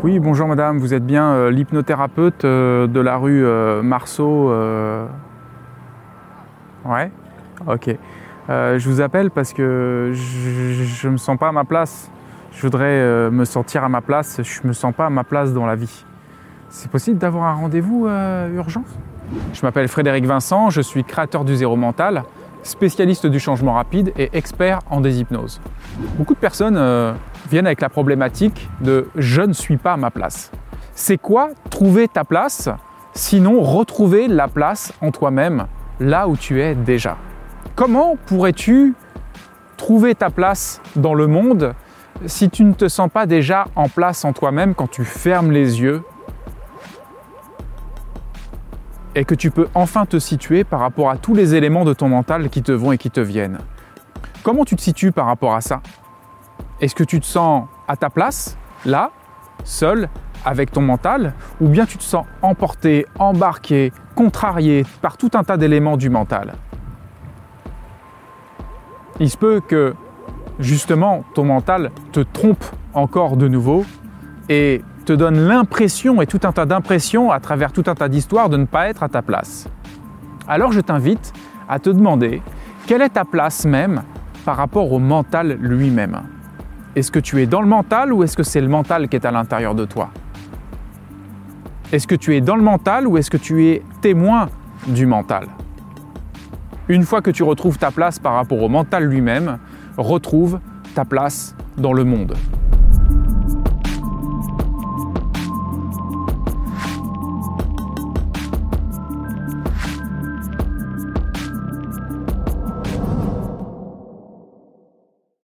Oui, bonjour madame, vous êtes bien l'hypnothérapeute de la rue Marceau Ouais. Ok. Je vous appelle parce que je me sens pas à ma place. Je voudrais me sentir à ma place, je me sens pas à ma place dans la vie. C'est possible d'avoir un rendez-vous urgent? Je m'appelle Frédéric Vincent, je suis créateur du Zéro Mental, spécialiste du changement rapide et expert en déshypnose. Beaucoup de personnes viennent avec la problématique de « je ne suis pas à ma place ». C'est quoi trouver ta place, sinon retrouver la place en toi-même, là où tu es déjà? Comment pourrais-tu trouver ta place dans le monde si tu ne te sens pas déjà en place en toi-même quand tu fermes les yeux et que tu peux enfin te situer par rapport à tous les éléments de ton mental qui te vont et qui te viennent? Comment tu te situes par rapport à ça? Est-ce que tu te sens à ta place, là, seul, avec ton mental, ou bien tu te sens emporté, embarqué, contrarié par tout un tas d'éléments du mental? Il se peut que, justement, ton mental te trompe encore de nouveau et te donne l'impression et tout un tas d'impressions à travers tout un tas d'histoires de ne pas être à ta place. Alors je t'invite à te demander quelle est ta place même par rapport au mental lui-même. Est-ce que tu es dans le mental ou est-ce que c'est le mental qui est à l'intérieur de toi? Est-ce que tu es dans le mental ou est-ce que tu es témoin du mental? Une fois que tu retrouves ta place par rapport au mental lui-même, retrouve ta place dans le monde.